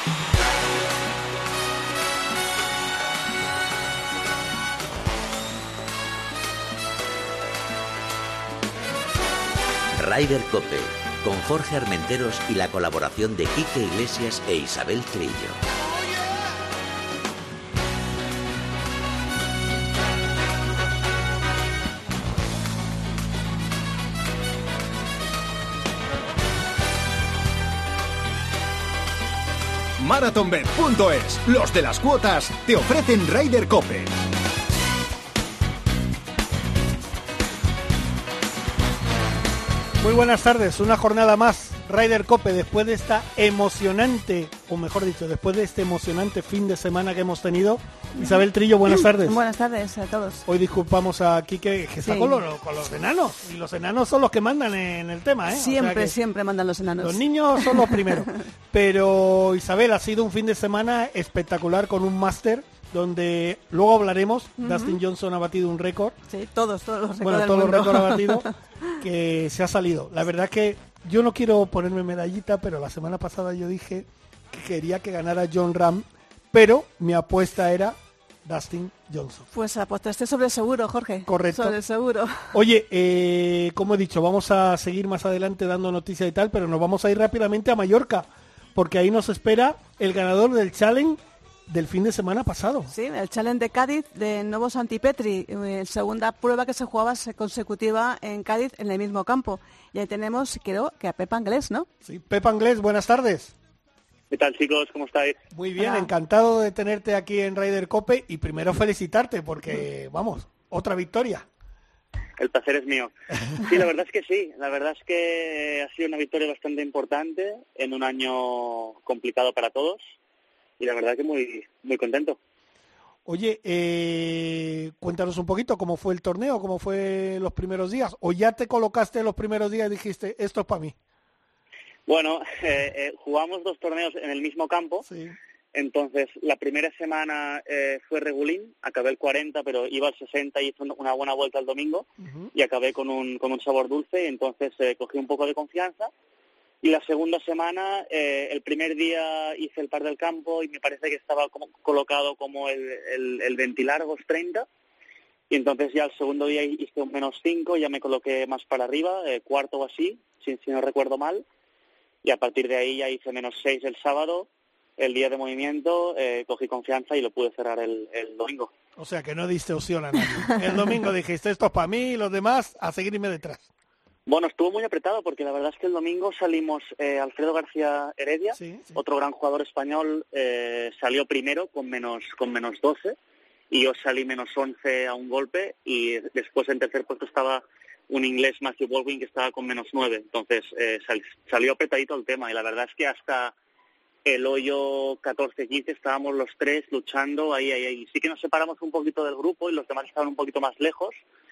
Ryder Cope, con Jorge Armenteros y la colaboración de Quique Iglesias e Isabel Trillo. Marathonbet.es, los de las cuotas, te ofrecen Ryder Cope. Muy buenas tardes, una jornada más, Ryder Cope, después de esta emocionante, o mejor dicho, después de este emocionante fin de semana que hemos tenido. Isabel Trillo, buenas tardes. Buenas tardes a todos. Hoy disculpamos a Quique, que está con los enanos, y los enanos son los que mandan en el tema, ¿eh? Siempre mandan los enanos. Los niños son los primeros. Pero Isabel, ha sido un fin de semana espectacular con un máster donde luego hablaremos. Dustin Johnson ha batido un récord. Sí, todos los récords. Bueno, todos los récords ha batido, que se ha salido. La verdad que yo no quiero ponerme medallita, pero la semana pasada yo dije que quería que ganara Jon Rahm, pero mi apuesta era Dustin Johnson. Pues apostaste sobre seguro, Jorge. Correcto. Sobre seguro. Oye, como he dicho, vamos a seguir más adelante dando noticias y tal, pero nos vamos a ir rápidamente a Mallorca, porque ahí nos espera el ganador del Challenge del fin de semana pasado. Sí, el Challenge de Cádiz de Novo Santipetri, segunda prueba que se jugaba consecutiva en Cádiz en el mismo campo. Y ahí tenemos, creo, que a Pep Anglés, ¿no? Sí, Pep Anglés, buenas tardes. ¿Qué tal, chicos? ¿Cómo estáis? Muy bien, encantado de tenerte aquí en Ryder Cope y primero felicitarte porque, vamos, otra victoria. El placer es mío. Sí, la verdad es que sí. La verdad es que ha sido una victoria bastante importante en un año complicado para todos. Y la verdad que muy contento. Oye, cuéntanos un poquito cómo fue el torneo, cómo fue los primeros días. ¿O ya te colocaste los primeros días y dijiste, esto es para mí? Bueno, jugamos 2 torneos en el mismo campo. Sí. Entonces, la primera semana fue regulín. Acabé el 40, pero iba al 60 y hice una buena vuelta el domingo. Y acabé con un sabor dulce. Y entonces cogí un poco de confianza. Y la segunda semana, el primer día hice el par del campo y me parece que estaba colocado como el 20 largos, 30. Y entonces ya el segundo día hice un -5, ya me coloqué más para arriba, cuarto o así, si no recuerdo mal. Y a partir de ahí ya hice -6 el sábado, el día de movimiento, cogí confianza y lo pude cerrar el domingo. O sea que no diste opción a nadie. El domingo dijiste, esto es para mí y los demás a seguirme detrás. Bueno, estuvo muy apretado porque la verdad es que el domingo salimos Alfredo García Heredia, sí. Otro gran jugador español, salió primero con -12 y yo salí -11 a un golpe y después en tercer puesto estaba un inglés, Matthew Baldwin, que estaba con -9. Entonces salió apretadito el tema y la verdad es que hasta el hoyo 14-15 estábamos los tres luchando ahí. Sí que nos separamos un poquito del grupo y los demás estaban un poquito más lejos.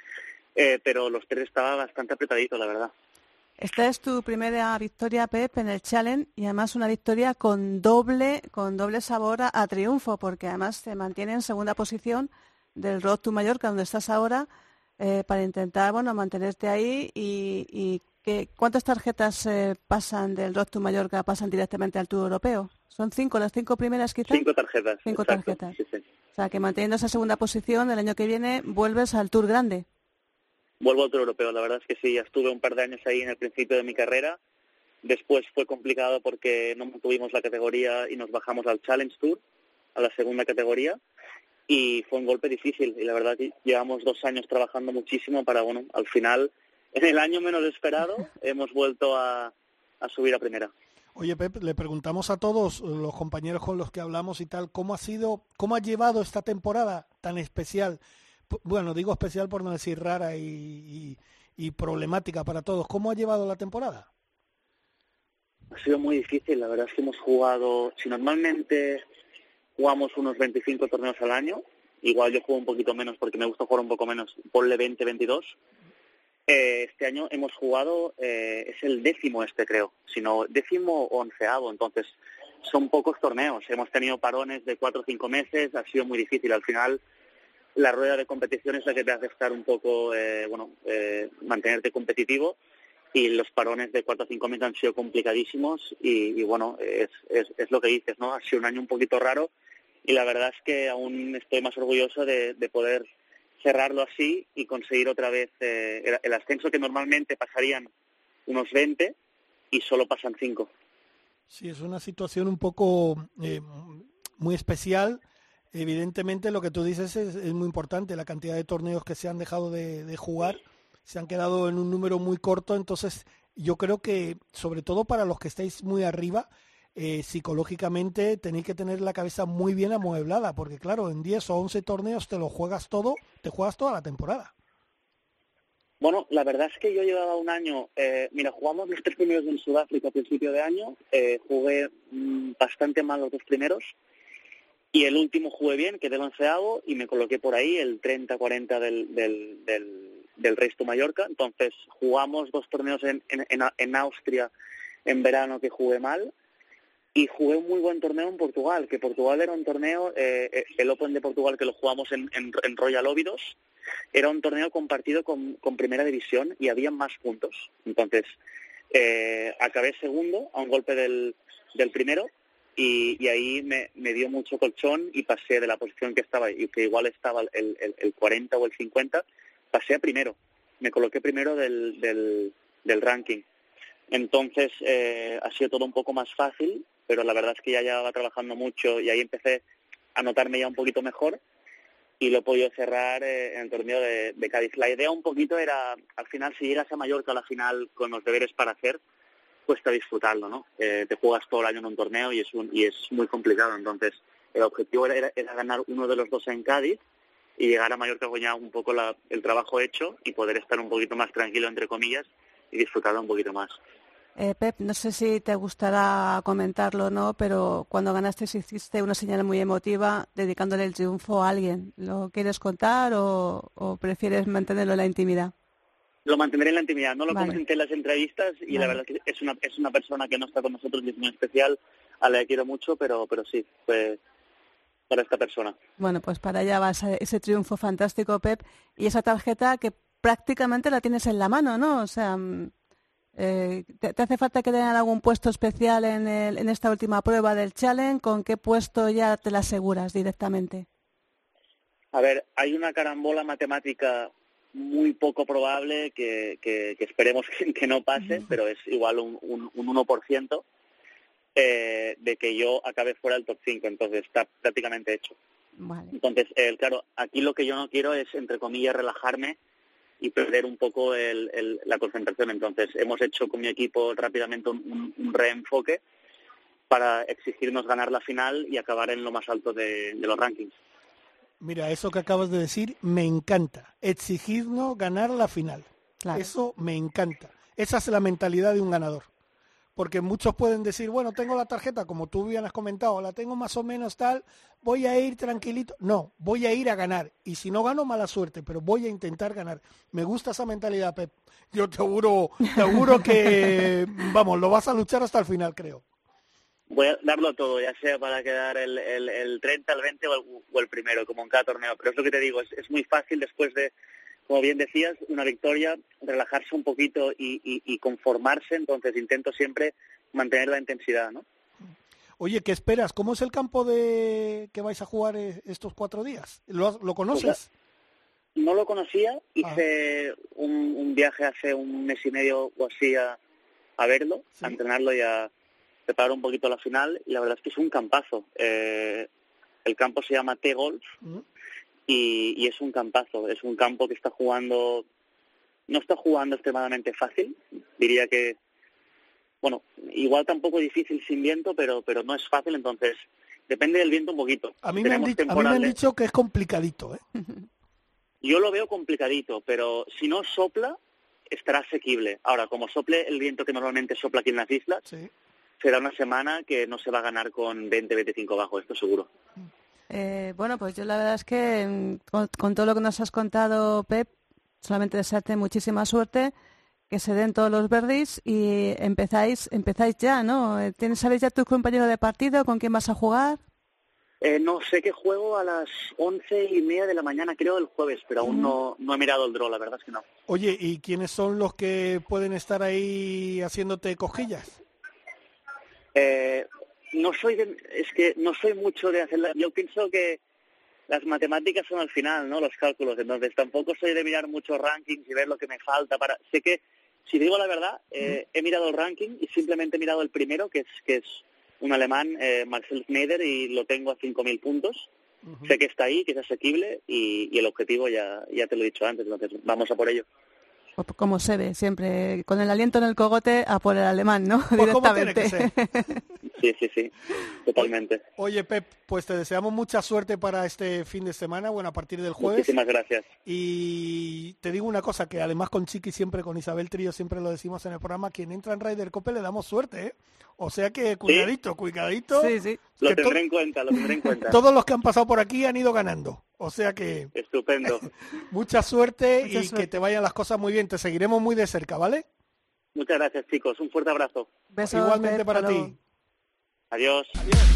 Pero los tres estaban bastante apretaditos, la verdad. Esta es tu primera victoria, Pep, en el Challenge y además una victoria con doble sabor a triunfo, porque además te mantiene en segunda posición del Road to Mallorca, donde estás ahora, para intentar mantenerte ahí. Y ¿cuántas tarjetas pasan del Road to Mallorca, pasan directamente al Tour Europeo? ¿Son 5, las 5 primeras quizás? 5 tarjetas. 5 exacto, tarjetas. Sí. O sea, que manteniendo esa segunda posición, el año que viene vuelves al Tour Grande. Vuelvo al Tour Europeo, la verdad es que sí, ya estuve un par de años ahí en el principio de mi carrera, después fue complicado porque no mantuvimos la categoría y nos bajamos al Challenge Tour, a la segunda categoría, y fue un golpe difícil, y la verdad que llevamos 2 años trabajando muchísimo para, al final, en el año menos esperado, hemos vuelto a subir a primera. Oye, Pep, le preguntamos a todos los compañeros con los que hablamos y tal, ¿cómo ha llevado esta temporada tan especial? Bueno, digo especial por no decir rara y problemática para todos. ¿Cómo ha llevado la temporada? Ha sido muy difícil, la verdad es que hemos jugado, si normalmente jugamos unos 25 torneos al año, igual yo juego un poquito menos porque me gusta jugar un poco menos, ponle 20, 22. Este año hemos jugado, es el 10º creo, sino 10º o 11º, entonces son pocos torneos. Hemos tenido parones de 4 o 5 meses, ha sido muy difícil. Al final la rueda de competición es la que te hace estar un poco, mantenerte competitivo. y los parones de cuarta a 5 meses han sido complicadísimos y bueno, es lo que dices, ¿no? Ha sido un año un poquito raro y la verdad es que aún estoy más orgulloso de poder cerrarlo así y conseguir otra vez el ascenso, que normalmente pasarían unos 20 y solo pasan 5. Sí, es una situación un poco muy especial. Evidentemente lo que tú dices es muy importante, la cantidad de torneos que se han dejado de jugar, se han quedado en un número muy corto, entonces yo creo que sobre todo para los que estáis muy arriba, psicológicamente tenéis que tener la cabeza muy bien amueblada, porque claro, en 10 o 11 torneos te juegas toda la temporada. Bueno, la verdad es que yo llevaba un año, jugamos los 3 primeros en Sudáfrica a principio de año, jugué bastante mal los 2 primeros, y el último jugué bien, quedé el 11º y me coloqué por ahí, el 30-40 del Race to Mallorca. Entonces jugamos 2 torneos en Austria en verano que jugué mal, y jugué un muy buen torneo en Portugal, que Portugal era un torneo, el Open de Portugal, que lo jugamos en Royal Óbidos, era un torneo compartido con Primera División y había más puntos. Entonces acabé segundo a un golpe del primero, y ahí me dio mucho colchón y pasé de la posición que estaba, y que igual estaba el 40 o el 50, pasé a primero, me coloqué primero del ranking. Entonces ha sido todo un poco más fácil, pero la verdad es que ya llevaba trabajando mucho y ahí empecé a notarme ya un poquito mejor y lo he podido cerrar en el torneo de Cádiz. La idea un poquito era, al final, si llegas a Mallorca a la final con los deberes para hacer, cuesta disfrutarlo, ¿no? Te juegas todo el año en un torneo y es muy complicado. Entonces, el objetivo era ganar uno de los 2 en Cádiz y llegar a Mallorca con ya un poco el trabajo hecho y poder estar un poquito más tranquilo, entre comillas, y disfrutarlo un poquito más. Pep, no sé si te gustará comentarlo o no, pero cuando ganaste hiciste una señal muy emotiva dedicándole el triunfo a alguien. ¿Lo quieres contar o prefieres mantenerlo en la intimidad? Lo mantendré en la intimidad, no lo Vale. comenté en las entrevistas y Vale. La verdad que es una persona que no está con nosotros y es muy especial, a la que quiero mucho, pero sí, fue para esta persona. Bueno, pues para allá va ese triunfo fantástico, Pep, y esa tarjeta que prácticamente la tienes en la mano, ¿no? O sea, ¿te hace falta que tengan algún puesto especial en esta última prueba del Challenge? ¿Con qué puesto ya te la aseguras directamente? A ver, hay una carambola matemática muy poco probable que esperemos que no pase, pero es igual un 1% de que yo acabe fuera del top 5, entonces está prácticamente hecho. Vale. Entonces, claro, aquí lo que yo no quiero es, entre comillas, relajarme y perder un poco la concentración. Entonces, hemos hecho con mi equipo rápidamente un reenfoque para exigirnos ganar la final y acabar en lo más alto de los rankings. Mira, eso que acabas de decir me encanta. Exigirnos ganar la final. Claro. Eso me encanta. Esa es la mentalidad de un ganador. Porque muchos pueden decir, bueno, tengo la tarjeta, como tú bien has comentado, la tengo más o menos tal, voy a ir tranquilito. No, voy a ir a ganar. Y si no gano, mala suerte, pero voy a intentar ganar. Me gusta esa mentalidad, Pep. Yo te auguro que, vamos, lo vas a luchar hasta el final, creo. Voy a darlo todo, ya sea para quedar el 30, el 20 o el primero, como en cada torneo. Pero es lo que te digo, es muy fácil después de, como bien decías, una victoria, relajarse un poquito y conformarse. Entonces intento siempre mantener la intensidad, ¿no? Oye, ¿qué esperas? ¿Cómo es el campo que vais a jugar estos 4 días? ¿Lo conoces? Pues no lo conocía, hice un viaje hace un mes y medio o así a verlo, ¿sí? A entrenarlo y a preparar un poquito la final, y la verdad es que es un campazo. El campo se llama T-Golf y es un campazo. Es un campo que no está jugando extremadamente fácil. Diría que, bueno, igual tampoco difícil sin viento, pero no es fácil, entonces depende del viento un poquito. A mí me han dicho que es complicadito, ¿eh? Yo lo veo complicadito, pero si no sopla, estará asequible. Ahora, como sople el viento que normalmente sopla aquí en las islas, sí, será una semana que no se va a ganar con 20-25 bajo, esto seguro. Bueno, pues yo la verdad es que con todo lo que nos has contado, Pep, solamente desearte muchísima suerte, que se den todos los birdies y empezáis ya, ¿no? ¿Sabéis ya tus compañeros de partido, con quién vas a jugar? No sé que juego a las 11:30 de la mañana, creo, el jueves, pero aún no he mirado el draw, la verdad es que no. Oye, ¿y quiénes son los que pueden estar ahí haciéndote cosquillas? No soy mucho de hacerla. Yo pienso que las matemáticas son al final, ¿no? Los cálculos. Entonces tampoco soy de mirar muchos rankings y ver lo que me falta para. Sé que, si digo la verdad, he mirado el ranking y simplemente he mirado el primero, que es un alemán, Marcel Schneider, y lo tengo a 5.000 puntos. Sé que está ahí, que es asequible y el objetivo ya te lo he dicho antes. Entonces vamos a por ello. Como se ve, siempre con el aliento en el cogote a por el alemán, ¿no? Pues directamente. Tiene que ser. Sí, totalmente. Oye, Pep, pues te deseamos mucha suerte para este fin de semana, bueno, a partir del jueves. Muchísimas gracias. Y te digo una cosa, que además con Chiqui siempre, con Isabel Trillo, siempre lo decimos en el programa, quien entra en Ryder Cope le damos suerte, ¿eh? O sea que cuidadito. Sí. Lo tendré en cuenta. Todos los que han pasado por aquí han ido ganando. O sea que... Estupendo. Mucha suerte. Que te vayan las cosas muy bien. Te seguiremos muy de cerca, ¿vale? Muchas gracias, chicos. Un fuerte abrazo. Besos, igualmente Pep, para ti. Adiós.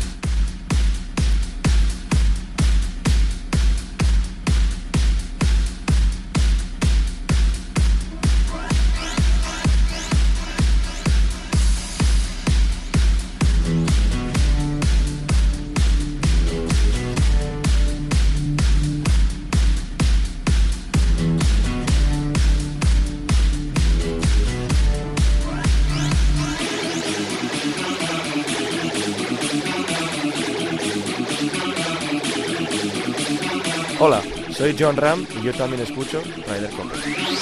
Hola, soy John Ram y yo también escucho Ryder Cope.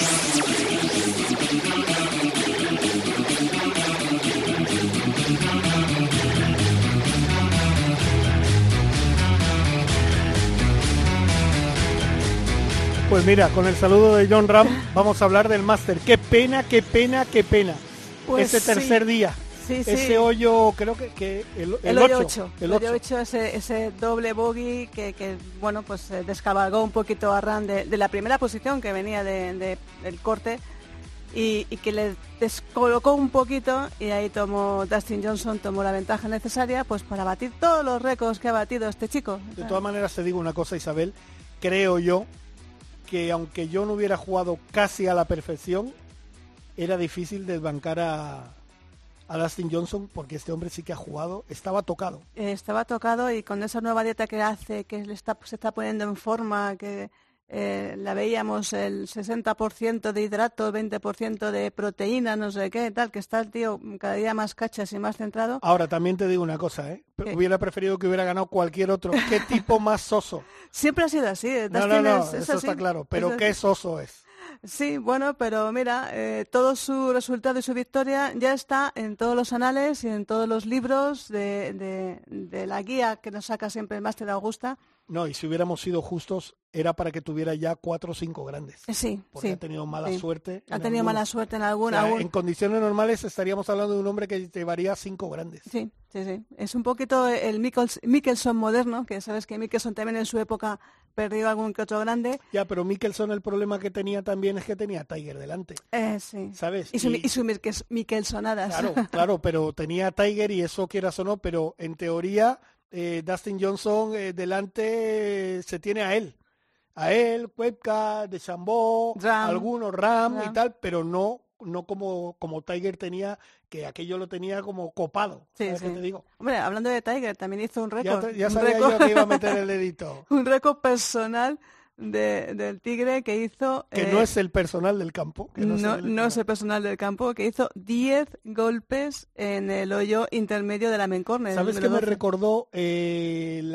Pues mira, con el saludo de John Ram vamos a hablar del Máster. Qué pena. Pues ese tercer día. Sí. Ese hoyo, creo que el hoyo 8. 8. El hoyo 8, ese doble bogey que bueno, pues descabalgó un poquito a Ram de la primera posición que venía del corte y que le descolocó un poquito, y ahí Dustin Johnson tomó la ventaja necesaria pues para batir todos los récords que ha batido este chico. De todas maneras te digo una cosa, Isabel, creo yo que aunque yo no hubiera jugado casi a la perfección, era difícil desbancar a Dustin Johnson, porque este hombre sí que ha jugado, estaba tocado. Estaba tocado, y con esa nueva dieta que hace, que se está poniendo en forma, que la veíamos el 60% de hidrato, 20% de proteína, no sé qué, tal, que está el tío cada día más cachas y más centrado. Ahora, también te digo una cosa, hubiera preferido que hubiera ganado cualquier otro. ¿Qué tipo más soso? Siempre ha sido así. No, eso está claro, pero qué soso es. Sí, bueno, pero mira, todo su resultado y su victoria ya está en todos los anales y en todos los libros de la guía que nos saca siempre el Máster de Augusta. No, y si hubiéramos sido justos, era para que tuviera ya 4 o 5 grandes. Sí, porque ha tenido mala suerte. Ha tenido mala suerte en alguna. O sea, en condiciones normales estaríamos hablando de un hombre que llevaría 5 grandes. Sí. Es un poquito el Mickelson moderno, que sabes que Mickelson también en su época perdió algún que otro grande. Ya, pero Mickelson, el problema que tenía también es que tenía a Tiger delante. Sí. ¿Sabes? Y su Mickelsonadas. Claro, pero tenía a Tiger, y eso quieras o no, pero en teoría Dustin Johnson delante se tiene a él. A él, Koepka, DeChambeau, algunos Ram y tal, pero no como Tiger tenía, que aquello lo tenía como copado. ¿Sabes qué te digo? Hombre, hablando de Tiger, también hizo un récord. Ya sabía yo que iba a meter el dedito. Un récord personal del Tigre que hizo... Que no es el personal del campo. No es el personal del campo, que hizo 10 golpes en el hoyo intermedio de la Main Corner. ¿Sabes qué me recordó el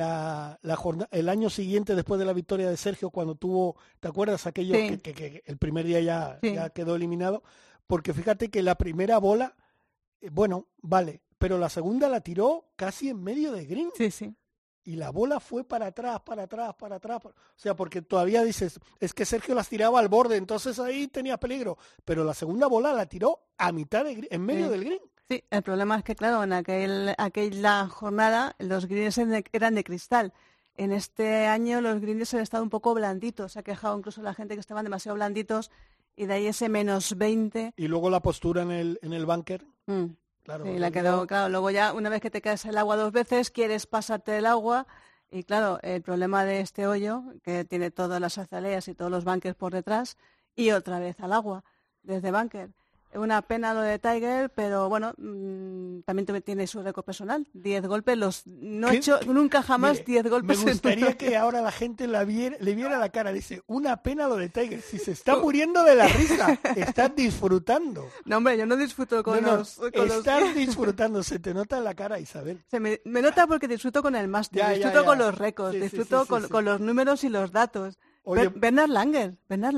año siguiente, después de la victoria de Sergio, cuando tuvo, ¿te acuerdas aquello que el primer día ya quedó eliminado? Porque fíjate que la primera bola, bueno, vale, pero la segunda la tiró casi en medio de green. Sí. Y la bola fue para atrás. O sea, porque todavía dices, es que Sergio las tiraba al borde, entonces ahí tenía peligro. Pero la segunda bola la tiró a mitad en medio del green. Sí, el problema es que, claro, en aquella jornada los greens eran de cristal. En este año los greens han estado un poco blanditos. Se ha quejado incluso la gente que estaban demasiado blanditos, y de ahí ese menos 20. Y luego la postura en el bunker. Claro, sí, la quedó, claro. Luego ya, una vez que te caes el agua 2 veces, quieres pasarte el agua Y claro, el problema de este hoyo, que tiene todas las azaleas y todos los bunkers por detrás, y otra vez al agua, desde bunker. Una pena lo de Tiger, pero bueno, también tiene su récord personal. 10 golpes, no he hecho nunca jamás 10 golpes. Me gustaría que ahora la gente le viera la cara. Dice, una pena lo de Tiger. Si se está muriendo de la risa, estás disfrutando. No, hombre, yo no disfruto con los... Estás disfrutando, se te nota en la cara, Isabel. Me nota porque disfruto con el máster, disfruto con los récords, disfruto con los números y los datos. Oye, Bernard Langer,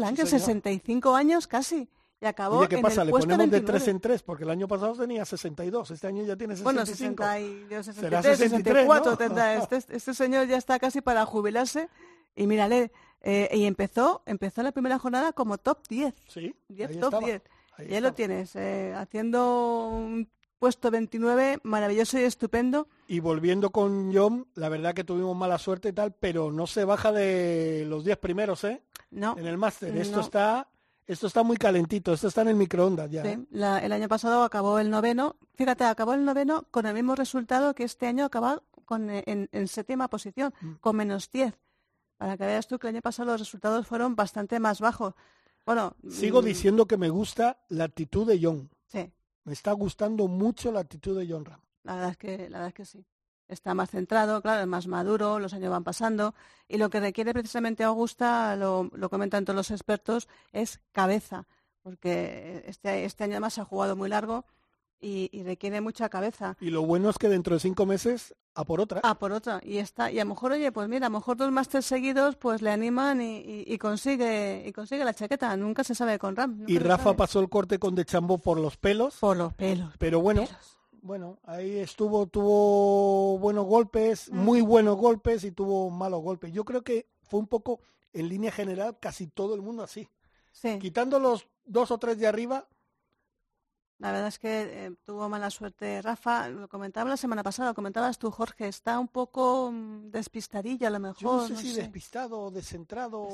65 años casi. Y acabó. Oye, ¿qué pasa? En el Le puesto ponemos 29. de 3 en 3, porque el año pasado tenía 62, este año ya tiene 65. Bueno, 63, será 63, 64 ¿no? tendrá. Este señor ya está casi para jubilarse. Y mírale, y empezó la primera jornada como top 10. Sí, top 10. Y ahí lo tienes, haciendo un puesto 29, maravilloso y estupendo. Y volviendo con John, la verdad que tuvimos mala suerte y tal, pero no se baja de los 10 primeros, ¿eh? No. En el máster. No. Esto está muy calentito, esto está en el microondas ya. Sí, el año pasado acabó el noveno. Fíjate, acabó el noveno con el mismo resultado que este año acabó en séptima posición, con menos 10. Para que veas tú que el año pasado los resultados fueron bastante más bajos. Bueno, sigo diciendo que me gusta la actitud de John. Sí. Me está gustando mucho la actitud de John Ram. La verdad es que sí. Está más centrado, claro, es más maduro, los años van pasando. Y lo que requiere precisamente Augusta, lo comentan todos los expertos, es cabeza. Porque este año además se ha jugado muy largo y requiere mucha cabeza. Y lo bueno es que dentro de 5 meses, a por otra. A por otra. Y a lo mejor, oye, pues mira, a lo mejor 2 másters seguidos pues le animan y consigue la chaqueta. Nunca se sabe con Ram. Y Rafa pasó el corte con DeChambeau por los pelos. Por los pelos. Pero bueno. Bueno, ahí tuvo buenos golpes, muy buenos golpes y tuvo malos golpes. Yo creo que fue un poco, en línea general, casi todo el mundo así. Sí. Quitando los 2 o 3 de arriba. La verdad es que tuvo mala suerte Rafa. Lo comentaba la semana pasada, lo comentabas tú, Jorge. Está un poco despistadillo a lo mejor. Yo no sé si despistado o descentrado.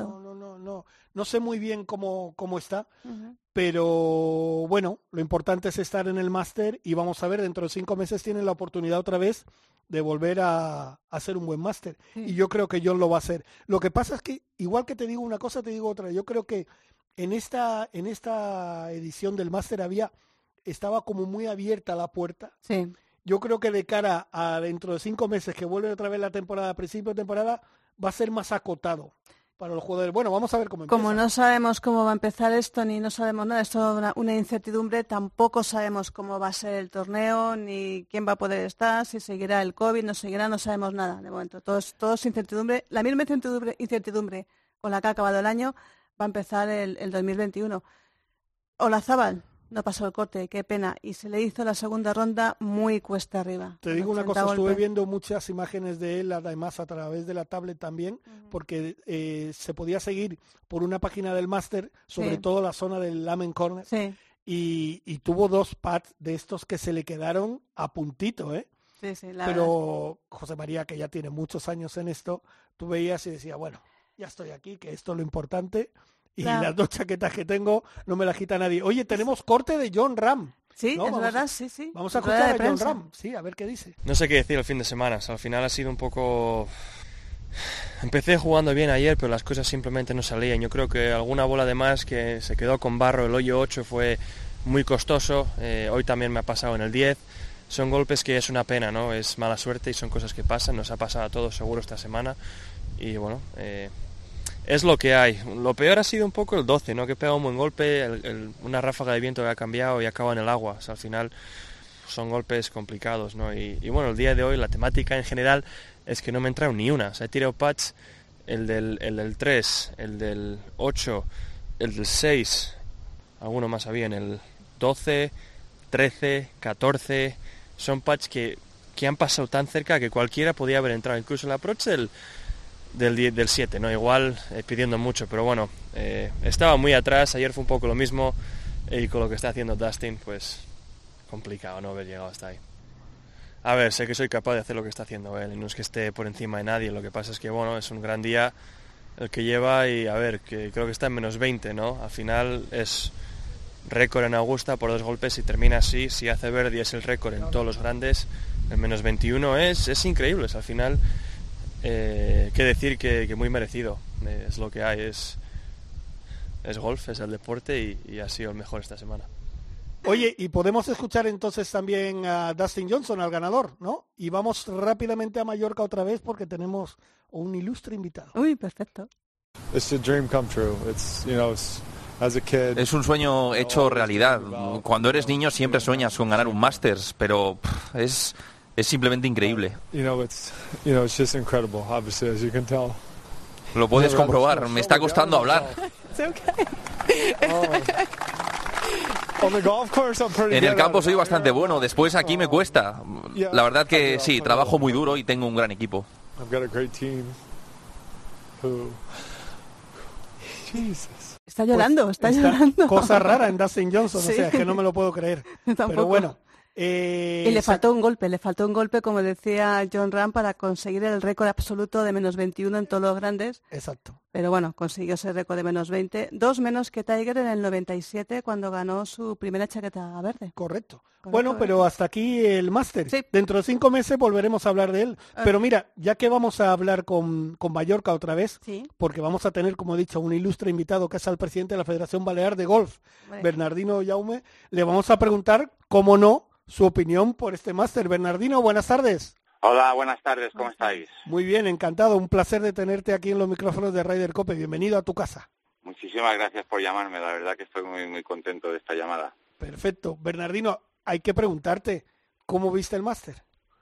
No sé muy bien cómo está. Pero bueno, lo importante es estar en el máster y vamos a ver, dentro de 5 meses tienen la oportunidad otra vez de volver a hacer un buen máster. Sí. Y yo creo que John lo va a hacer. Lo que pasa es que, igual que te digo una cosa, te digo otra. Yo creo que en esta edición del máster estaba como muy abierta la puerta. Sí. Yo creo que de cara a dentro de 5 meses, que vuelve otra vez la temporada, principio de temporada, va a ser más acotado para los jugadores. Bueno, vamos a ver cómo empieza. Como no sabemos cómo va a empezar esto, ni no sabemos nada, es toda una incertidumbre, tampoco sabemos cómo va a ser el torneo, ni quién va a poder estar, si seguirá el COVID, no seguirá, no sabemos nada de momento. Todo es incertidumbre, la misma incertidumbre con la que ha acabado el año va a empezar el 2021. Olazábal no pasó el corte, qué pena, y se le hizo la segunda ronda muy cuesta arriba. Te digo una cosa, estuve viendo muchas imágenes de él, además a través de la tablet también, porque se podía seguir por una página del máster, sobre todo la zona del Lamen Corner, y tuvo 2 pads de estos que se le quedaron a puntito, ¿eh? Sí, pero José María, que ya tiene muchos años en esto, tú veías y decía, bueno, ya estoy aquí, que esto es lo importante. Y las 2 chaquetas que tengo no me las quita nadie. Oye, tenemos corte de John Ram. Sí, ¿no? Es verdad, sí. Vamos a escuchar a John Ram. Sí, a ver qué dice. No sé qué decir el fin de semana. O sea, al final ha sido un poco... Empecé jugando bien ayer, pero las cosas simplemente no salían. Yo creo que alguna bola de más que se quedó con barro. El hoyo 8 fue muy costoso. Hoy también me ha pasado en el 10. Son golpes que es una pena, ¿no? Es mala suerte y son cosas que pasan. Nos ha pasado a todos seguro esta semana. Y bueno... es lo que hay. Lo peor ha sido un poco el 12, ¿no? Que pega un buen golpe, una ráfaga de viento que ha cambiado y acaba en el agua. O sea, al final son golpes complicados, ¿no? Y bueno, el día de hoy la temática en general es que no me entraron ni una. O sea, he tirado pads, el del 3, el del 8, el del 6, alguno más había en el 12, 13, 14. Son pads que han pasado tan cerca que cualquiera podía haber entrado. Incluso el approach del 7, ¿no? Igual pidiendo mucho, pero bueno, estaba muy atrás, ayer fue un poco lo mismo y con lo que está haciendo Dustin, pues complicado no haber llegado hasta ahí. A ver, sé que soy capaz de hacer lo que está haciendo él y no es que esté por encima de nadie, lo que pasa es que bueno, es un gran día el que lleva y a ver, que creo que está en menos 20, ¿no? Al final es récord en Augusta por 2 golpes y termina así, si hace Verdi es el récord en todos los grandes, el menos 21 es increíble, al final qué decir que muy merecido. Es lo que hay, es golf, es el deporte y ha sido el mejor esta semana. Oye, y podemos escuchar entonces también a Dustin Johnson, al ganador, ¿no? Y vamos rápidamente a Mallorca otra vez porque tenemos un ilustre invitado. Uy, perfecto. It's a dream come true. Es un sueño hecho realidad. Cuando eres niño siempre sueñas con ganar un Masters, pero es simplemente increíble. It's just incredible, obviously, as you can tell. Lo puedes comprobar, me está costando hablar. En el campo soy bastante bueno, después aquí me cuesta. La verdad que sí, trabajo muy duro y tengo un gran equipo. Está llorando, está llorando. Cosa rara en Dustin Johnson, Sí. O sea, que no me lo puedo creer. Tampoco. Pero bueno. Y le faltó un golpe, como decía Jon Rahm, para conseguir el récord absoluto de menos 21 en todos los grandes. Exacto. Pero bueno, consiguió ese récord de menos 20, 2 menos que Tiger en el 97 cuando ganó su primera chaqueta verde. Correcto. Bueno, pero hasta aquí el Máster. Sí. Dentro de 5 meses volveremos a hablar de él. Pero mira, ya que vamos a hablar con Mallorca otra vez, sí, porque vamos a tener, como he dicho, un ilustre invitado que es el presidente de la Federación Balear de Golf, Bernardino Jaume, le vamos a preguntar, cómo no, su opinión por este Máster. Bernardino, buenas tardes. Hola, buenas tardes, ¿cómo estáis? Muy bien, encantado, un placer de tenerte aquí en los micrófonos de Ryder Cope. Bienvenido a tu casa. Muchísimas gracias por llamarme, la verdad que estoy muy contento de esta llamada. Perfecto. Bernardino, hay que preguntarte, ¿cómo viste el Máster?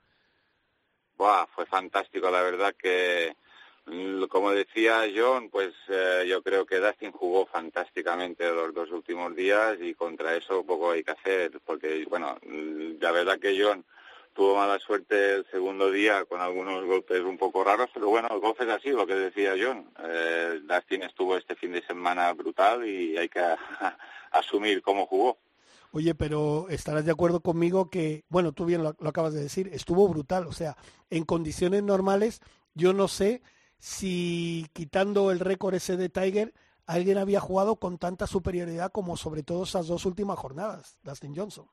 Buah, fue fantástico, la verdad que, como decía John, pues yo creo que Dustin jugó fantásticamente los 2 últimos días y contra eso poco hay que hacer, porque, bueno, la verdad que John tuvo mala suerte el segundo día con algunos golpes un poco raros, pero bueno, el golf es así, lo que decía John. Dustin estuvo este fin de semana brutal y hay que asumir cómo jugó. Oye, pero estarás de acuerdo conmigo que, bueno, tú bien lo acabas de decir, estuvo brutal. O sea, en condiciones normales, yo no sé si quitando el récord ese de Tiger, alguien había jugado con tanta superioridad como sobre todo esas 2 últimas jornadas, Dustin Johnson.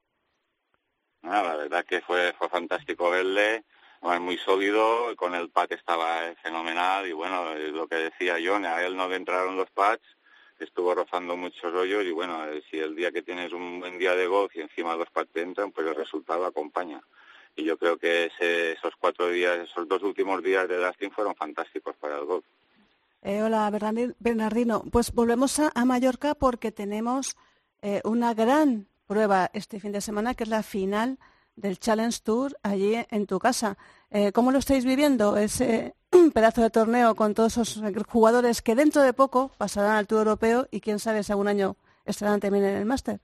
La verdad que fue fantástico verle, muy sólido, con el pad estaba fenomenal y bueno, lo que decía John, a él no le entraron los pads, estuvo rozando muchos hoyos y bueno, si el día que tienes un buen día de golf y encima los pads te entran, pues el resultado acompaña. Y yo creo que esos 4 días, esos 2 últimos días de Dustin fueron fantásticos para el golf. Hola, Bernardino. Pues volvemos a Mallorca porque tenemos una gran prueba este fin de semana, que es la final del Challenge Tour allí en tu casa. ¿Cómo lo estáis viviendo ese pedazo de torneo con todos esos jugadores que dentro de poco pasarán al Tour Europeo y quién sabe si algún año estarán también en el Máster?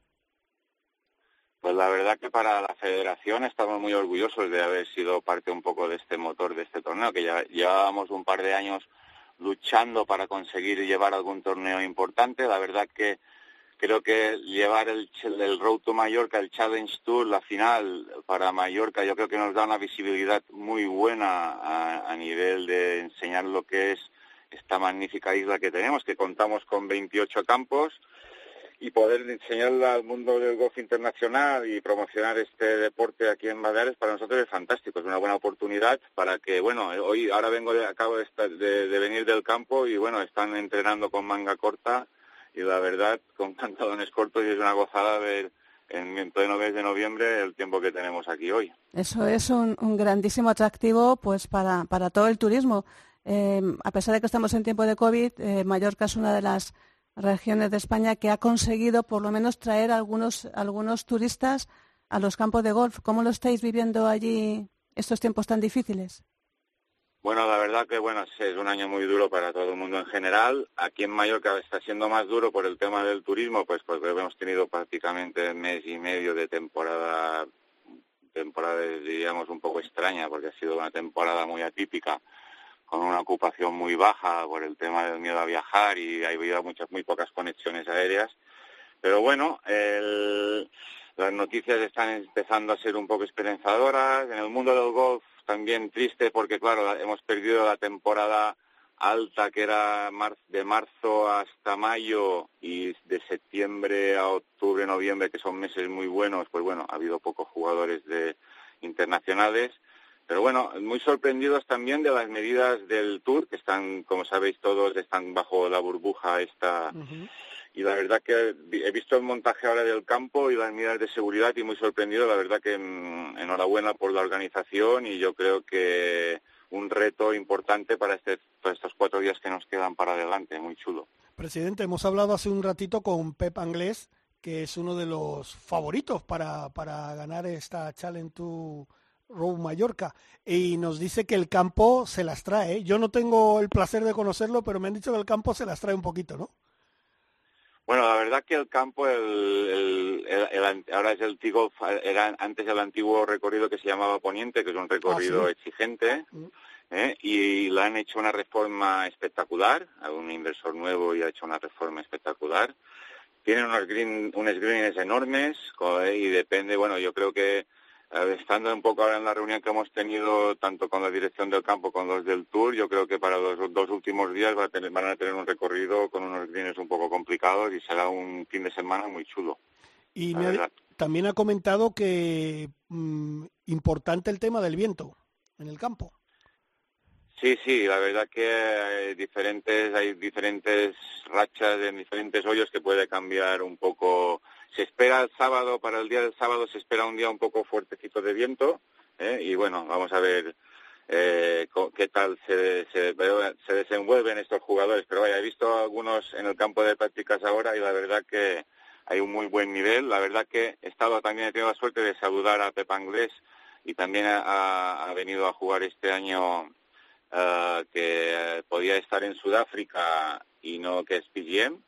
Pues la verdad que para la federación estamos muy orgullosos de haber sido parte un poco de este motor de este torneo, que ya llevábamos un par de años luchando para conseguir llevar algún torneo importante. La verdad que creo que llevar el Road to Mallorca, el Challenge Tour, la final para Mallorca, yo creo que nos da una visibilidad muy buena a nivel de enseñar lo que es esta magnífica isla que tenemos, que contamos con 28 campos, y poder enseñarle al mundo del golf internacional y promocionar este deporte aquí en Baleares para nosotros es fantástico, es una buena oportunidad para que, bueno, ahora acabo de venir del campo y bueno, están entrenando con manga corta y la verdad con pantalones cortos y es una gozada ver en pleno mes de noviembre el tiempo que tenemos aquí hoy. Eso es un grandísimo atractivo pues para todo el turismo. A pesar de que estamos en tiempo de COVID, Mallorca es una de las regiones de España que ha conseguido por lo menos traer algunos turistas a los campos de golf. ¿Cómo lo estáis viviendo allí estos tiempos tan difíciles? Bueno, la verdad que es un año muy duro para todo el mundo en general. Aquí en Mallorca está siendo más duro por el tema del turismo, pues porque hemos tenido prácticamente mes y medio de temporada diríamos un poco extraña, porque ha sido una temporada muy atípica, con una ocupación muy baja por el tema del miedo a viajar y ha habido muy pocas conexiones aéreas. Pero bueno, las noticias están empezando a ser un poco esperanzadoras. En el mundo del golf también triste porque, claro, hemos perdido la temporada alta que era de marzo hasta mayo y de septiembre a octubre, noviembre, que son meses muy bunos, pues bueno, ha habido pocos jugadores internacionales. Pero bueno, muy sorprendidos también de las medidas del Tour, que están, como sabéis todos, están bajo la burbuja esta. Y la verdad que he visto el montaje ahora del campo y las medidas de seguridad y muy sorprendido. La verdad que enhorabuena por la organización y yo creo que un reto importante para estos 4 días que nos quedan para adelante, muy chulo. Presidente, hemos hablado hace un ratito con Pep Anglès, que es uno de los favoritos para ganar esta Challenge Tour Road Mallorca, y nos dice que el campo se las trae. Yo no tengo el placer de conocerlo, pero me han dicho que el campo se las trae un poquito, ¿no? Bueno, la verdad que el campo, ahora es el T-Golf, era antes el antiguo recorrido que se llamaba Poniente, que es un recorrido exigente, y le han hecho una reforma espectacular, a un inversor nuevo y ha hecho una reforma espectacular. Tienen unos greens enormes y depende, bueno, yo creo que estando un poco ahora en la reunión que hemos tenido tanto con la dirección del campo como los del Tour, yo creo que para los 2 últimos días van a tener un recorrido con unos greens un poco complicados y será un fin de semana muy chulo. Y también ha comentado que importante el tema del viento en el campo. Sí, la verdad que hay diferentes rachas en diferentes hoyos que puede cambiar un poco. Se espera el sábado, para el día del sábado se espera un día un poco fuertecito de viento, y bueno, vamos a ver qué tal se desenvuelven estos jugadores. Pero vaya, he visto algunos en el campo de prácticas ahora y la verdad que hay un muy buen nivel. La verdad que he tenido la suerte de saludar a Pep Anglès y también ha venido a jugar este año que podía estar en Sudáfrica y no que es PGM.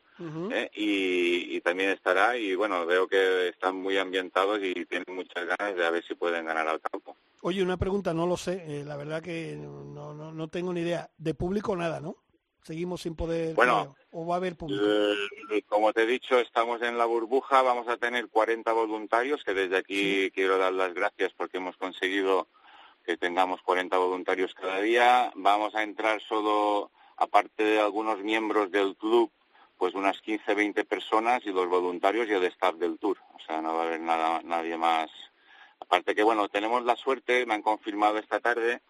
Y también estará y bueno, veo que están muy ambientados y tienen muchas ganas de a ver si pueden ganar al campo. Oye, una pregunta, no lo sé, la verdad que no tengo ni idea. De público nada, ¿no? Seguimos sin poder... Bueno, ¿o va a haber público? Como te he dicho, estamos en la burbuja, vamos a tener 40 voluntarios, que desde aquí quiero dar las gracias porque hemos conseguido que tengamos 40 voluntarios cada día. Vamos a entrar solo, aparte de algunos miembros del club, pues unas 15-20 personas y los voluntarios y el staff del Tour. O sea, no va a haber nadie más. Aparte que, bueno, tenemos la suerte, me han confirmado esta tarde,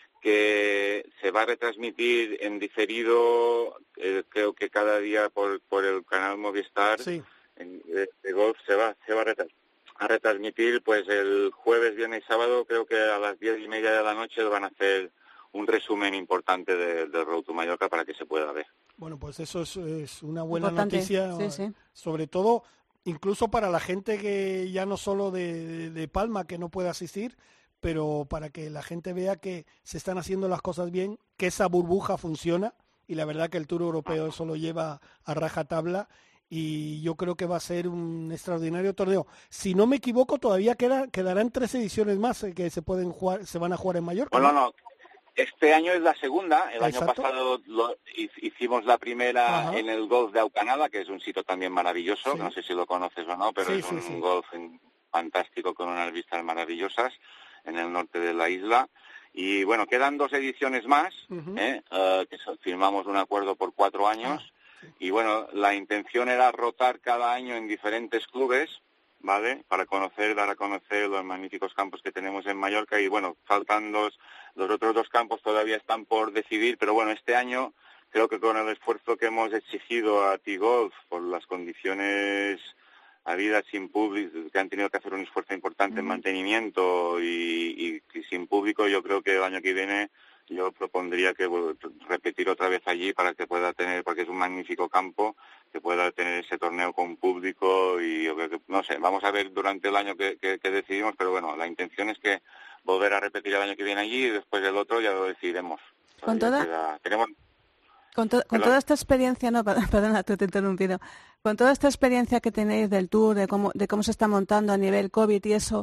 que se va a retransmitir en diferido, creo que cada día por el canal Movistar de golf se va a retransmitir pues el jueves, viernes y sábado, creo que a las 10:30 de la noche van a hacer un resumen importante del Road to Mallorca para que se pueda ver. Bueno, pues eso es una buena noticia, sobre todo incluso para la gente que ya no solo de Palma que no puede asistir, pero para que la gente vea que se están haciendo las cosas bien, que esa burbuja funciona y la verdad que el Tour Europeo eso lo lleva a rajatabla y yo creo que va a ser un extraordinario torneo. Si no me equivoco, todavía quedarán 3 ediciones más que se van a jugar en Mallorca. Bueno, no. Este año es la segunda. El año pasado hicimos la primera en el golf de Aucanada, que es un sitio también maravilloso. No sé si lo conoces o no, pero es un golf fantástico con unas vistas maravillosas en el norte de la isla. Y bueno, quedan 2 ediciones más, que firmamos un acuerdo por 4 años. Y bueno, la intención era rotar cada año en diferentes clubes, ¿vale? Para dar a conocer los magníficos campos que tenemos en Mallorca y bueno, faltan los otros 2 campos todavía están por decidir, pero bueno, este año creo que con el esfuerzo que hemos exigido a T-Golf por las condiciones habidas sin público, que han tenido que hacer un esfuerzo importante en mantenimiento y sin público, yo creo que el año que viene yo propondría que repetir otra vez allí para que pueda tener, porque es un magnífico campo, que pueda tener ese torneo con público y yo creo que, no sé, vamos a ver durante el año que decidimos, pero bueno, la intención es que volver a repetir el año que viene allí y después el otro ya lo decidiremos. Con toda esta experiencia, perdona, te he interrumpido, con toda esta experiencia que tenéis del Tour, de cómo se está montando a nivel COVID y eso,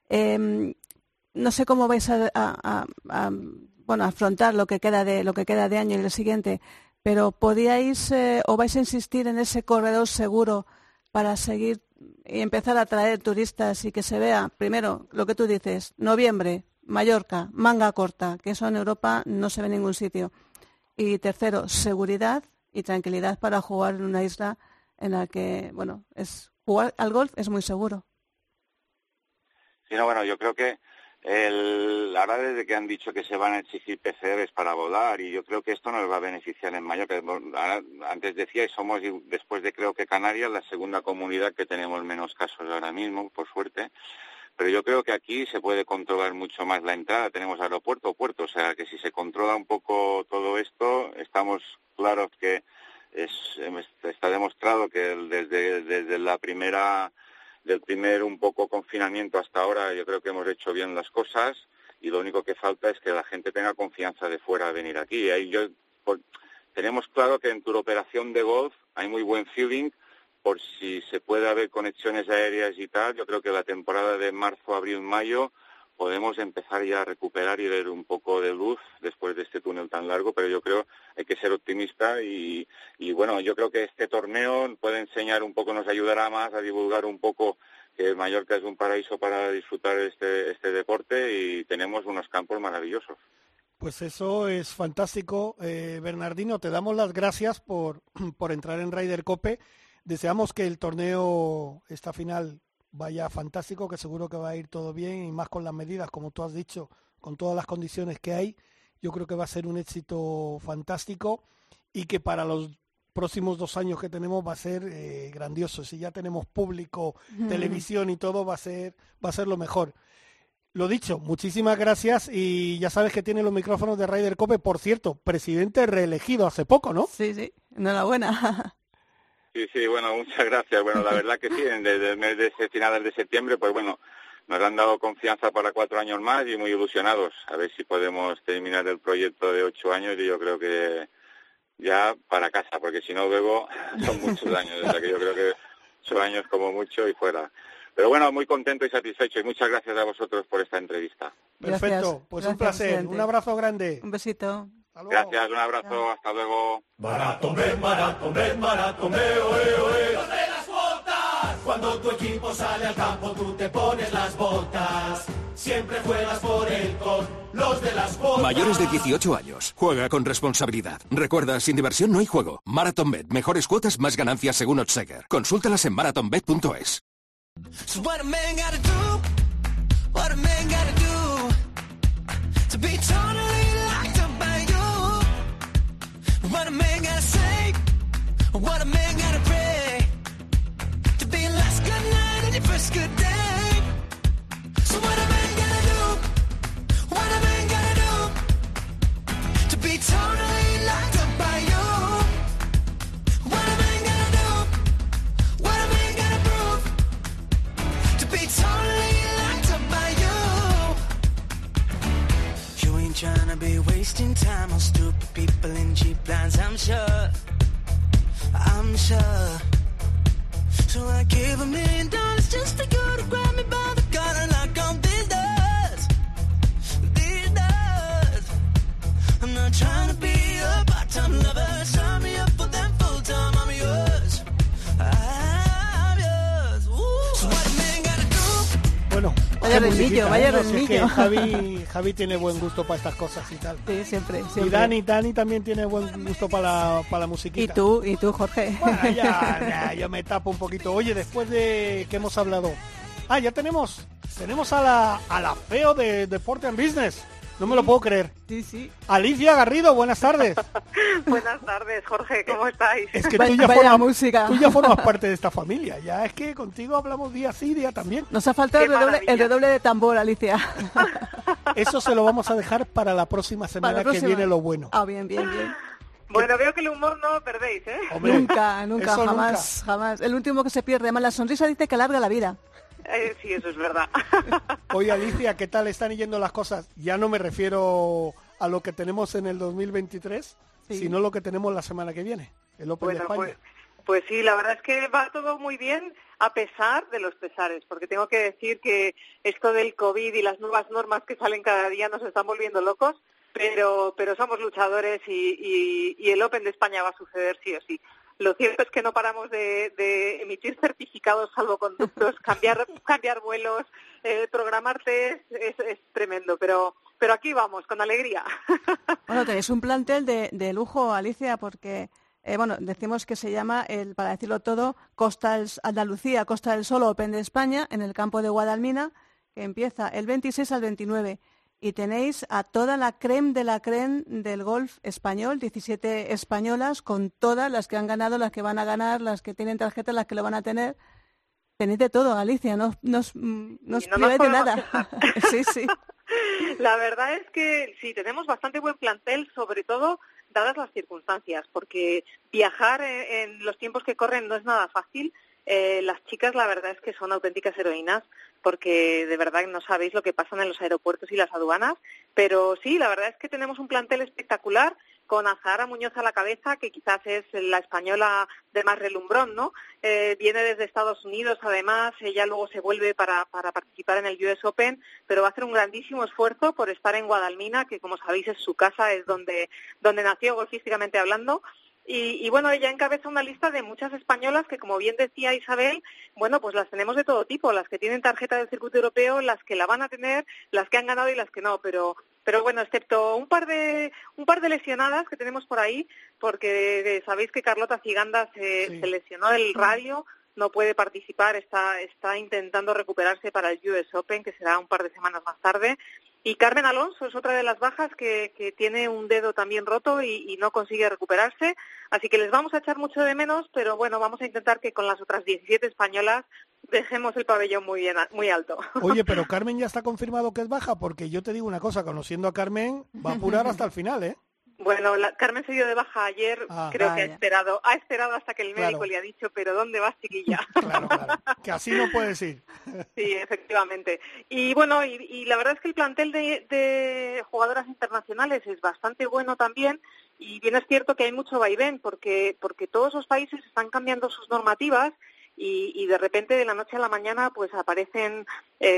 no sé cómo vais a afrontar lo que queda de año y el siguiente, pero ¿podíais o vais a insistir en ese corredor seguro para seguir y empezar a atraer turistas y que se vea, primero, lo que tú dices, noviembre, Mallorca, manga corta, que eso en Europa no se ve en ningún sitio, y tercero, seguridad y tranquilidad para jugar en una isla en la que, jugar al golf es muy seguro? Sí, no, bueno, yo creo que Ahora desde que han dicho que se van a exigir PCRs para volar, y yo creo que esto nos va a beneficiar en Mallorca. Antes decía, y somos, después de creo que Canarias, la segunda comunidad que tenemos menos casos ahora mismo, por suerte. Pero yo creo que aquí se puede controlar mucho más la entrada. Tenemos aeropuerto, puerto, o sea que si se controla un poco todo esto, estamos claros que está demostrado que desde del primer un poco confinamiento hasta ahora, yo creo que hemos hecho bien las cosas, y lo único que falta es que la gente tenga confianza de fuera a venir aquí. Tenemos claro que en turoperación de golf hay muy buen feeling, por si se puede haber conexiones aéreas y tal. Yo creo que la temporada de marzo, abril, mayo podemos empezar ya a recuperar y ver un poco de luz después de este túnel tan largo, pero yo creo hay que ser optimista y bueno, yo creo que este torneo puede enseñar un poco, nos ayudará más a divulgar un poco que Mallorca es un paraíso para disfrutar este deporte, y tenemos unos campos maravillosos. Pues eso es fantástico. Bernardino, te damos las gracias por entrar en Ryder Cope. Deseamos que el torneo, esta final, vaya fantástico, que seguro que va a ir todo bien, y más con las medidas, como tú has dicho, con todas las condiciones que hay. Yo creo que va a ser un éxito fantástico, y que para los próximos 2 años que tenemos va a ser grandioso. Si ya tenemos público, televisión y todo, va a ser lo mejor. Lo dicho, muchísimas gracias, y ya sabes que tiene los micrófonos de Ryder Cope. Por cierto, presidente reelegido hace poco, ¿no? Sí, enhorabuena. Sí, bueno, muchas gracias. Bueno, la verdad que sí, desde el mes de finales de septiembre, pues bueno, nos han dado confianza para 4 años más y muy ilusionados. A ver si podemos terminar el proyecto de 8 años, y yo creo que ya para casa, porque si no luego son muchos años, o sea que yo creo que 8 años como mucho y fuera. Pero bueno, muy contento y satisfecho, y muchas gracias a vosotros por esta entrevista. Perfecto, pues gracias, un placer, presidente. Un abrazo grande. Un besito. Gracias, un abrazo, Chao. Hasta luego. Maratón, maratón, oe. ¡Ponte las botas! Cuando tu equipo sale al campo, tú te pones las botas. Siempre juegas por él con los de las botas. Mayores de 18 años. Juega con responsabilidad. Recuerda, sin diversión no hay juego. MarathonBet. Mejores cuotas, más ganancias según Oddsheger. Consúltalas en marathonbet.es. So what a man gotta do, what a man gotta do, to be totally locked up by you. What a man gotta say, what a man gotta pray, to be last good night and your first good day. So what a man gotta do, what a man gotta do, to be totally locked up by you. What a man gotta do, what a man gotta prove, to be totally locked up by you. You ain't trying to be wasting time on stupid people in cheap lines, I'm sure, I'm sure. So I give $1 million just for you to grab me by the collar and lock on these doors, these doors. I'm not trying to be a part-time lover, sign me up for them full-time, I'm yours, I'm yours. Ooh. So what a man gotta do. Bueno, vaya renillo, vaya renillo. Javi tiene buen gusto para estas cosas y tal. Sí, siempre. Y Dani también tiene buen gusto para la musiquita. ¿Y tú, Jorge? Bueno, ya yo me tapo un poquito. Oye, después de que hemos hablado, ya tenemos a la CEO de Deporte and Business. No me lo puedo creer. Sí. Alicia Garrido, buenas tardes. Buenas tardes, Jorge, ¿cómo estáis? Es que tú ya formas parte de esta familia. Ya es que contigo hablamos día sí, día también. Nos ha faltado el redoble de tambor, Alicia. Eso se lo vamos a dejar para la próxima semana, que viene lo bueno. Bien. Bueno, veo que el humor no lo perdéis, ¿eh? Hombre, nunca, jamás. El último que se pierde. Además, la sonrisa dice que alarga la vida. Sí, eso es verdad. Oye, Alicia, ¿qué tal están yendo las cosas? Ya no me refiero a lo que tenemos en el 2023, sino lo que tenemos la semana que viene, el Open de España. Pues sí, la verdad es que va todo muy bien a pesar de los pesares, porque tengo que decir que esto del COVID y las nuevas normas que salen cada día nos están volviendo locos, pero somos luchadores y el Open de España va a suceder sí o sí. Lo cierto es que no paramos de emitir certificados salvoconductos, cambiar vuelos, programar test, es tremendo, pero aquí vamos, con alegría. Bueno, tenéis un plantel de lujo, Alicia, porque decimos que se llama, para decirlo todo, Andalucía, Costa del Sol Open de España, en el campo de Guadalmina, que empieza el 26 al 29. Y tenéis a toda la crème de la crème del golf español, 17 españolas, con todas las que han ganado, las que van a ganar, las que tienen tarjetas, las que lo van a tener. Tenéis de todo, Alicia, no os priváis de nada. Sí. La verdad es que sí, tenemos bastante buen plantel, sobre todo dadas las circunstancias, porque viajar en los tiempos que corren no es nada fácil. Las chicas, la verdad es que son auténticas heroínas, porque de verdad no sabéis lo que pasa en los aeropuertos y las aduanas, pero sí, la verdad es que tenemos un plantel espectacular, con Azahara Muñoz a la cabeza, que quizás es la española de más relumbrón, ¿no? Viene desde Estados Unidos, además, ella luego se vuelve para participar en el US Open, pero va a hacer un grandísimo esfuerzo por estar en Guadalmina, que como sabéis es su casa, es donde nació golfísticamente hablando. Y bueno, ella encabeza una lista de muchas españolas que, como bien decía Isabel, bueno, pues las tenemos de todo tipo, las que tienen tarjeta del circuito europeo, las que la van a tener, las que han ganado y las que no, pero bueno, excepto un par de lesionadas que tenemos por ahí, porque sabéis que Carlota Ciganda se lesionó del radio, no puede participar, está intentando recuperarse para el US Open, que será un par de semanas más tarde. Y Carmen Alonso es otra de las bajas que tiene un dedo también roto y no consigue recuperarse. Así que les vamos a echar mucho de menos, pero bueno, vamos a intentar que con las otras 17 españolas dejemos el pabellón muy alto. Oye, pero Carmen ya está confirmado que es baja, porque yo te digo una cosa, conociendo a Carmen, va a apurar hasta el final, ¿eh? Bueno, Carmen se dio de baja ayer, creo que ha esperado hasta que el médico le ha dicho, pero ¿dónde vas, chiquilla? Claro, que así no puedes ir. Sí, efectivamente. Y bueno, y la verdad es que el plantel de jugadoras internacionales es bastante bueno también, y bien es cierto que hay mucho vaivén, porque todos los países están cambiando sus normativas, y de repente de la noche a la mañana pues aparecen,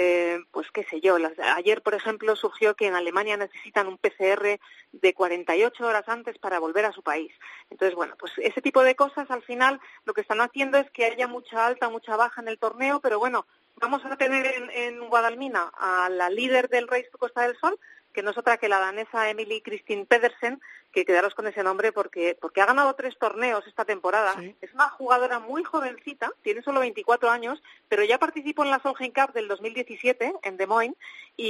pues qué sé yo, ayer por ejemplo surgió que en Alemania necesitan un PCR de 48 horas antes para volver a su país. Entonces, bueno, pues ese tipo de cosas al final lo que están haciendo es que haya mucha alta, mucha baja en el torneo, pero bueno, vamos a tener en Guadalmina a la líder del Race to Costa del Sol, que no es otra que la danesa Emily Kristin Pedersen, que quedaros con ese nombre porque ha ganado 3 torneos esta temporada. Sí. Es una jugadora muy jovencita, tiene solo 24 años, pero ya participó en la Solheim Cup del 2017 en Des Moines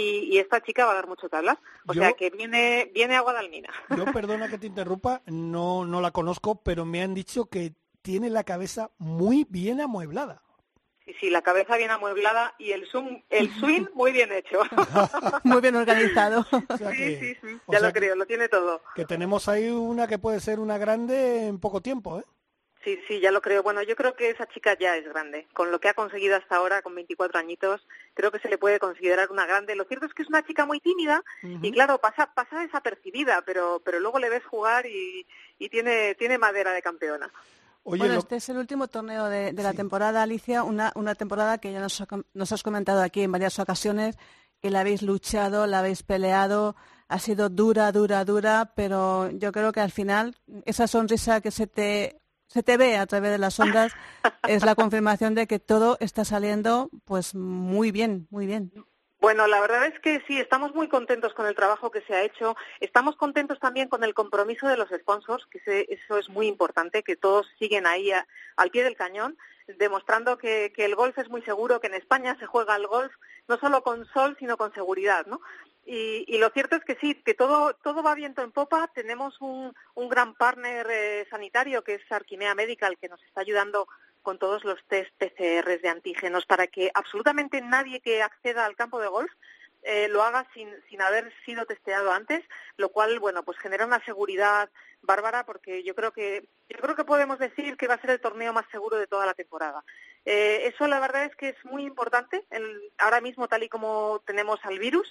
y esta chica va a dar mucho tablas. O sea que viene a Guadalmina. Yo, perdona que te interrumpa, no la conozco, pero me han dicho que tiene la cabeza muy bien amueblada. Sí, la cabeza bien amueblada y el swing muy bien hecho. Muy bien organizado. O sea sí, ya lo creo, lo tiene todo. Que tenemos ahí una que puede ser una grande en poco tiempo, ¿eh? Sí, ya lo creo. Bueno, yo creo que esa chica ya es grande. Con lo que ha conseguido hasta ahora, con 24 añitos, creo que se le puede considerar una grande. Lo cierto es que es una chica muy tímida y claro, pasa desapercibida, pero luego le ves jugar y tiene madera de campeona. Oye, bueno, este es el último torneo de la temporada, Alicia, una temporada que ya nos has comentado aquí en varias ocasiones, que la habéis luchado, la habéis peleado, ha sido dura, pero yo creo que al final esa sonrisa que se te ve a través de las ondas es la confirmación de que todo está saliendo pues muy bien, muy bien. Bueno, la verdad es que sí, estamos muy contentos con el trabajo que se ha hecho. Estamos contentos también con el compromiso de los sponsors, que eso es muy importante, que todos siguen ahí al pie del cañón, demostrando que el golf es muy seguro, que en España se juega el golf no solo con sol, sino con seguridad, ¿no? Y lo cierto es que sí, que todo va viento en popa. Tenemos un gran partner sanitario, que es Arquimea Medical, que nos está ayudando con todos los test PCR de antígenos para que absolutamente nadie que acceda al campo de golf lo haga sin haber sido testeado antes, lo cual, bueno, pues genera una seguridad bárbara, porque yo creo que podemos decir que va a ser el torneo más seguro de toda la temporada. Eso la verdad es que es muy importante ahora mismo, tal y como tenemos al virus.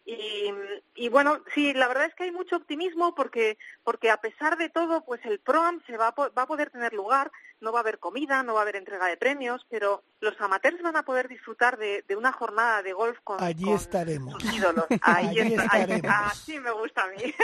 Y bueno, sí, la verdad es que hay mucho optimismo porque a pesar de todo, pues el Pro-Am va a poder tener lugar, no va a haber comida, no va a haber entrega de premios, pero los amateurs van a poder disfrutar de una jornada de golf con estaremos. Sus ídolos. Allí estaremos. Así me gusta a mí.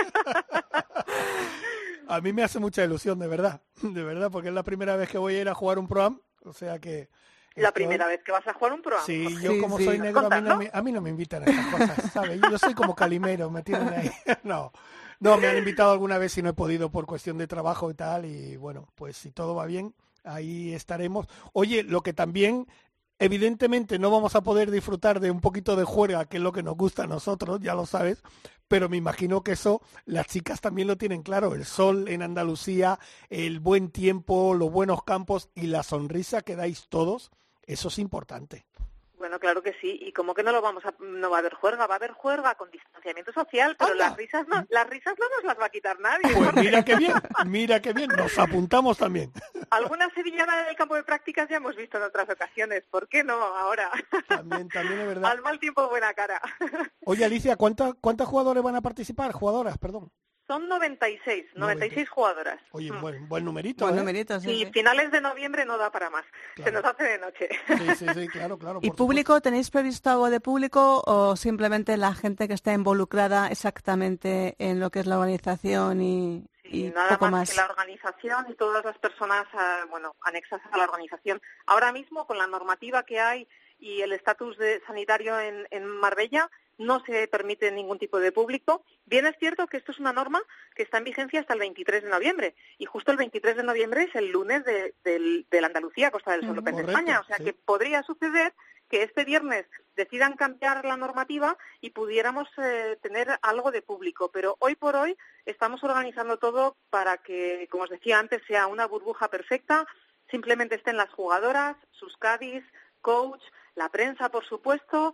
A mí me hace mucha ilusión, de verdad, porque es la primera vez que voy a ir a jugar un Pro-Am, o sea que... La primera vez que vas a jugar un Pro-Am. Sí, yo como soy negro, a mí no me invitan a esas cosas, ¿sabes? Yo soy como Calimero, me tienen ahí. No, me han invitado alguna vez y no he podido por cuestión de trabajo y tal, y bueno, pues si todo va bien, ahí estaremos. Oye, lo que también Evidentemente no vamos a poder disfrutar de un poquito de juerga, que es lo que nos gusta a nosotros, ya lo sabes, pero me imagino que eso las chicas también lo tienen claro. El sol en Andalucía, el buen tiempo, los buenos campos y la sonrisa que dais todos, eso es importante. Bueno, claro que sí, y como que no va a haber juerga con distanciamiento social, pero las risas no nos las va a quitar nadie. Pues mira qué bien, nos apuntamos también. Alguna sevillana en el campo de prácticas ya hemos visto en otras ocasiones, ¿por qué no ahora? También es verdad. Al mal tiempo buena cara. Oye, Alicia, ¿cuántos jugadores van a participar? Jugadoras, perdón. Son 96 jugadoras. Oye, buen numerito, Buen ¿eh? numerito, sí. Finales de noviembre no da para más. Claro. Se nos hace de noche. Sí, claro. ¿Y público? Supuesto. ¿Tenéis previsto algo de público o simplemente la gente que está involucrada exactamente en lo que es la organización y nada poco más que la organización y todas las personas, anexas a la organización. Ahora mismo, con la normativa que hay y el estatus sanitario en Marbella, no se permite ningún tipo de público. Bien es cierto que esto es una norma que está en vigencia hasta el 23 de noviembre, y justo el 23 de noviembre es el lunes de la Andalucía, Costa del Sol Open de España, o sea que podría suceder que este viernes decidan cambiar la normativa y pudiéramos tener algo de público, pero hoy por hoy estamos organizando todo para que, como os decía antes, sea una burbuja perfecta, simplemente estén las jugadoras, sus caddies, coach, la prensa, por supuesto,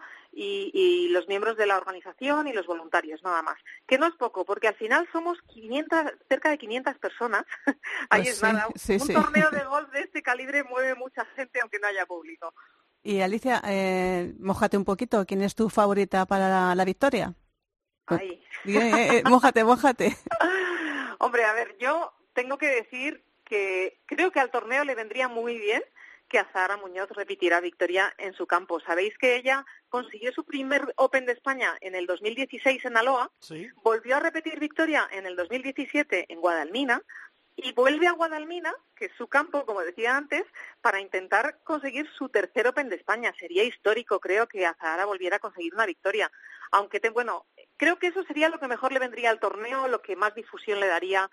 y los miembros de la organización y los voluntarios, nada más. Que no es poco, porque al final somos cerca de 500 personas. Ahí pues es nada. Sí. Torneo de golf de este calibre mueve mucha gente, aunque no haya público. Y Alicia, mójate un poquito. ¿Quién es tu favorita para la victoria? Ay. Mójate. Hombre, a ver, yo tengo que decir que creo que al torneo le vendría muy bien que Azahara Muñoz repitiera victoria en su campo. Sabéis que ella consiguió su primer Open de España en el 2016 en Aloha, ¿sí? Volvió a repetir victoria en el 2017 en Guadalmina y vuelve a Guadalmina, que es su campo, como decía antes, para intentar conseguir su tercer Open de España. Sería histórico, creo, que Azahara volviera a conseguir una victoria. Aunque, creo que eso sería lo que mejor le vendría al torneo, lo que más difusión le daría,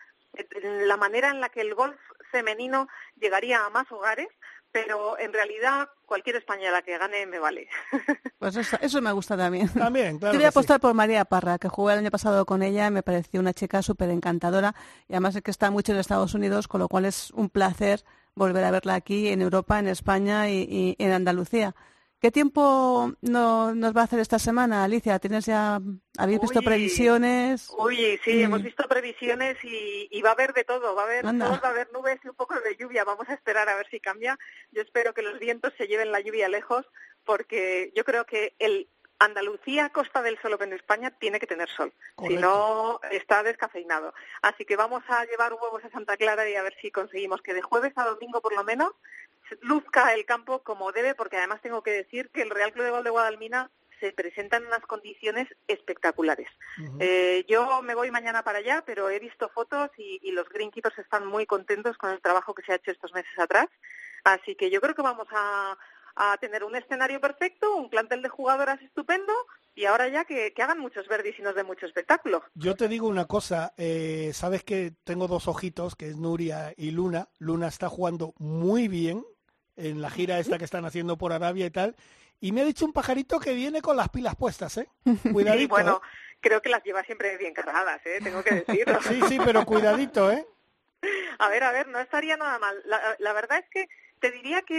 la manera en la que el golf femenino llegaría a más hogares, pero en realidad cualquier española que gane me vale. Pues eso me gusta también. También, claro. Yo voy a apostar por María Parra, que jugué el año pasado con ella, me pareció una chica súper encantadora y además es que está mucho en Estados Unidos, con lo cual es un placer volver a verla aquí en Europa, en España y en Andalucía. ¿Qué tiempo nos va a hacer esta semana, Alicia? ¿Habéis visto previsiones? Sí, hemos visto previsiones y va a haber de todo, va a haber sol, va a haber nubes y un poco de lluvia. Vamos a esperar a ver si cambia. Yo espero que los vientos se lleven la lluvia lejos, porque yo creo que el Andalucía, Costa del Sol Open de España, tiene que tener sol. Correcto. Si no, está descafeinado. Así que vamos a llevar huevos a Santa Clara y a ver si conseguimos que de jueves a domingo, por lo menos, luzca el campo como debe, porque además tengo que decir que el Real Club de Golf de Guadalmina se presenta en unas condiciones espectaculares. Uh-huh. Yo me voy mañana para allá, pero he visto fotos y los greenkeepers están muy contentos con el trabajo que se ha hecho estos meses atrás. Así que yo creo que vamos a tener un escenario perfecto, un plantel de jugadoras estupendo y ahora ya que hagan muchos verdes y nos den mucho espectáculo. Yo te digo una cosa, sabes que tengo dos ojitos, que es Nuria y Luna. Luna está jugando muy bien en la gira esta que están haciendo por Arabia y tal, y me ha dicho un pajarito que viene con las pilas puestas, Cuidadito. Sí, bueno, creo que las lleva siempre bien cargadas, tengo que decirlo. Sí, pero cuidadito, A ver, no estaría nada mal. La verdad es que te diría que